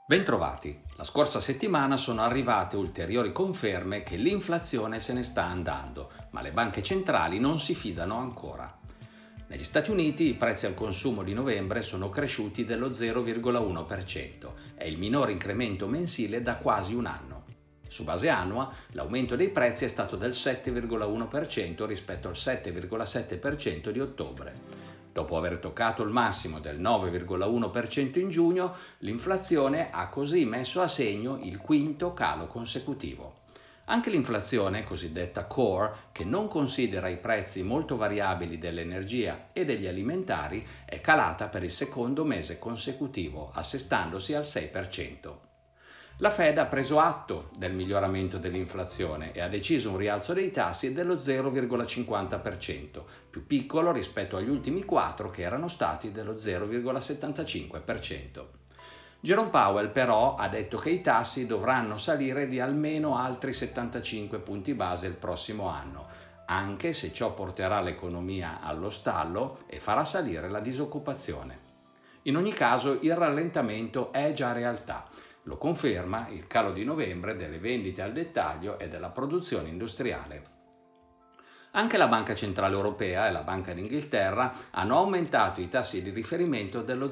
Bentrovati. La scorsa settimana sono arrivate ulteriori conferme che l'inflazione se ne sta andando, ma le banche centrali non si fidano ancora. Negli Stati Uniti i prezzi al consumo di novembre sono cresciuti dello 0,1%, è il minore incremento mensile da quasi un anno. Su base annua l'aumento dei prezzi è stato del 7,1% rispetto al 7,7% di ottobre. Dopo aver toccato il massimo del 9,1% in giugno, l'inflazione ha così messo a segno il quinto calo consecutivo. Anche l'inflazione, cosiddetta core, che non considera i prezzi molto variabili dell'energia e degli alimentari, è calata per il secondo mese consecutivo, assestandosi al 6%. La Fed ha preso atto del miglioramento dell'inflazione e ha deciso un rialzo dei tassi dello 0,50%, più piccolo rispetto agli ultimi 4 che erano stati dello 0,75%. Jerome Powell però ha detto che i tassi dovranno salire di almeno altri 75 punti base il prossimo anno, anche se ciò porterà l'economia allo stallo e farà salire la disoccupazione. In ogni caso il rallentamento è già realtà. Lo conferma il calo di novembre delle vendite al dettaglio e della produzione industriale. Anche la Banca Centrale Europea e la Banca d'Inghilterra hanno aumentato i tassi di riferimento dello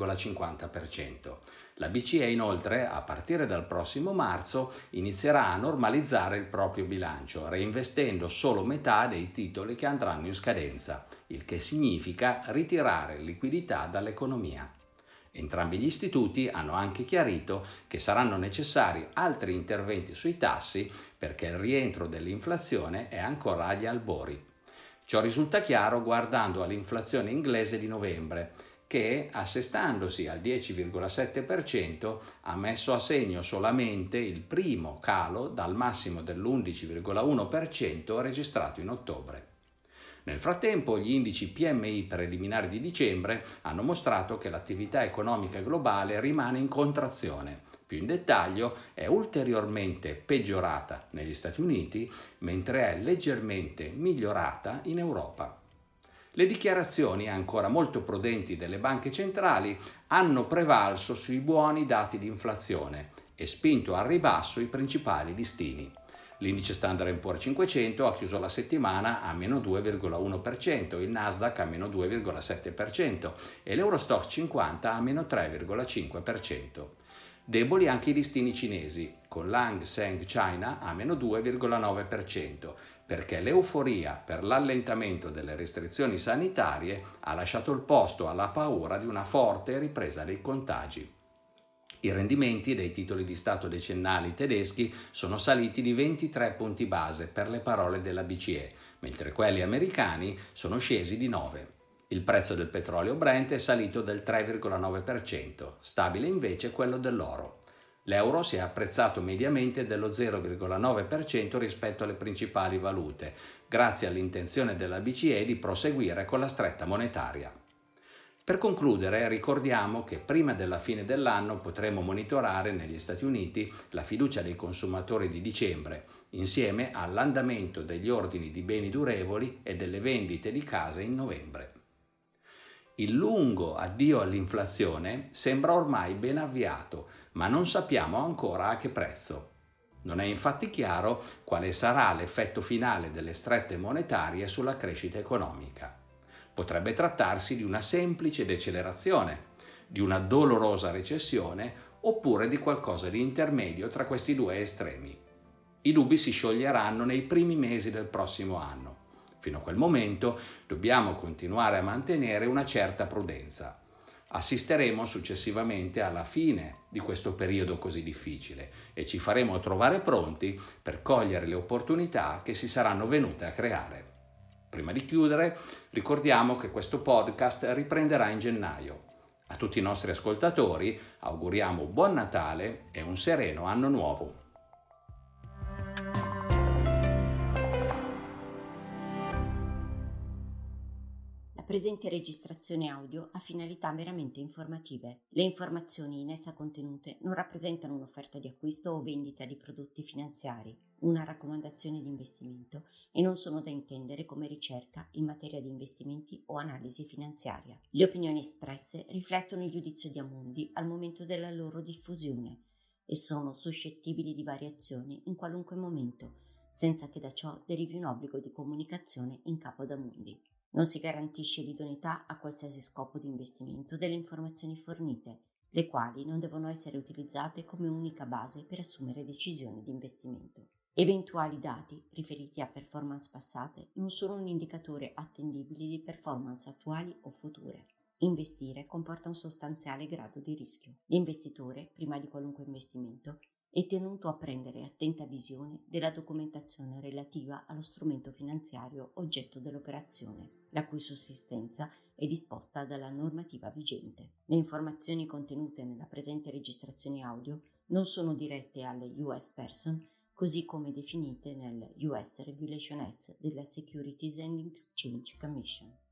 0,50%. La BCE inoltre, a partire dal prossimo marzo, inizierà a normalizzare il proprio bilancio, reinvestendo solo metà dei titoli che andranno in scadenza, il che significa ritirare liquidità dall'economia. Entrambi gli istituti hanno anche chiarito che saranno necessari altri interventi sui tassi perché il rientro dell'inflazione è ancora agli albori. Ciò risulta chiaro guardando all'inflazione inglese di novembre, che, assestandosi al 10,7%, ha messo a segno solamente il primo calo dal massimo dell'11,1% registrato in ottobre. Nel frattempo, gli indici PMI preliminari di dicembre hanno mostrato che l'attività economica globale rimane in contrazione. Più in dettaglio, è ulteriormente peggiorata negli Stati Uniti, mentre è leggermente migliorata in Europa. Le dichiarazioni ancora molto prudenti delle banche centrali hanno prevalso sui buoni dati di inflazione e spinto al ribasso i principali listini. L'indice Standard & Poor's 500 ha chiuso la settimana a meno 2,1%, il Nasdaq a meno 2,7% e l'Eurostoxx 50 a meno 3,5%. Deboli anche i listini cinesi, con l'Hang Seng China a meno 2,9%, perché l'euforia per l'allentamento delle restrizioni sanitarie ha lasciato il posto alla paura di una forte ripresa dei contagi. I rendimenti dei titoli di Stato decennali tedeschi sono saliti di 23 punti base per le parole della BCE, mentre quelli americani sono scesi di 9. Il prezzo del petrolio Brent è salito del 3,9%, stabile invece quello dell'oro. L'euro si è apprezzato mediamente dello 0,9% rispetto alle principali valute, grazie all'intenzione della BCE di proseguire con la stretta monetaria. Per concludere, ricordiamo che prima della fine dell'anno potremo monitorare negli Stati Uniti la fiducia dei consumatori di dicembre, insieme all'andamento degli ordini di beni durevoli e delle vendite di case in novembre. Il lungo addio all'inflazione sembra ormai ben avviato, ma non sappiamo ancora a che prezzo. Non è infatti chiaro quale sarà l'effetto finale delle strette monetarie sulla crescita economica. Potrebbe trattarsi di una semplice decelerazione, di una dolorosa recessione oppure di qualcosa di intermedio tra questi due estremi. I dubbi si scioglieranno nei primi mesi del prossimo anno. Fino a quel momento dobbiamo continuare a mantenere una certa prudenza. Assisteremo successivamente alla fine di questo periodo così difficile e ci faremo trovare pronti per cogliere le opportunità che si saranno venute a creare. Prima di chiudere, ricordiamo che questo podcast riprenderà in gennaio. A tutti i nostri ascoltatori auguriamo buon Natale e un sereno anno nuovo. La presente registrazione audio ha finalità meramente informative. Le informazioni in essa contenute non rappresentano un'offerta di acquisto o vendita di prodotti finanziari, una raccomandazione di investimento e non sono da intendere come ricerca in materia di investimenti o analisi finanziaria. Le opinioni espresse riflettono il giudizio di Amundi al momento della loro diffusione e sono suscettibili di variazioni in qualunque momento, senza che da ciò derivi un obbligo di comunicazione in capo ad Amundi. Non si garantisce l'idoneità a qualsiasi scopo di investimento delle informazioni fornite, le quali non devono essere utilizzate come unica base per assumere decisioni di investimento. Eventuali dati riferiti a performance passate non sono un indicatore attendibile di performance attuali o future. Investire comporta un sostanziale grado di rischio. L'investitore, prima di qualunque investimento, è tenuto a prendere attenta visione della documentazione relativa allo strumento finanziario oggetto dell'operazione, la cui sussistenza è disposta dalla normativa vigente. Le informazioni contenute nella presente registrazione audio non sono dirette alle US Person, così come definite nel US Regulation Act della Securities and Exchange Commission.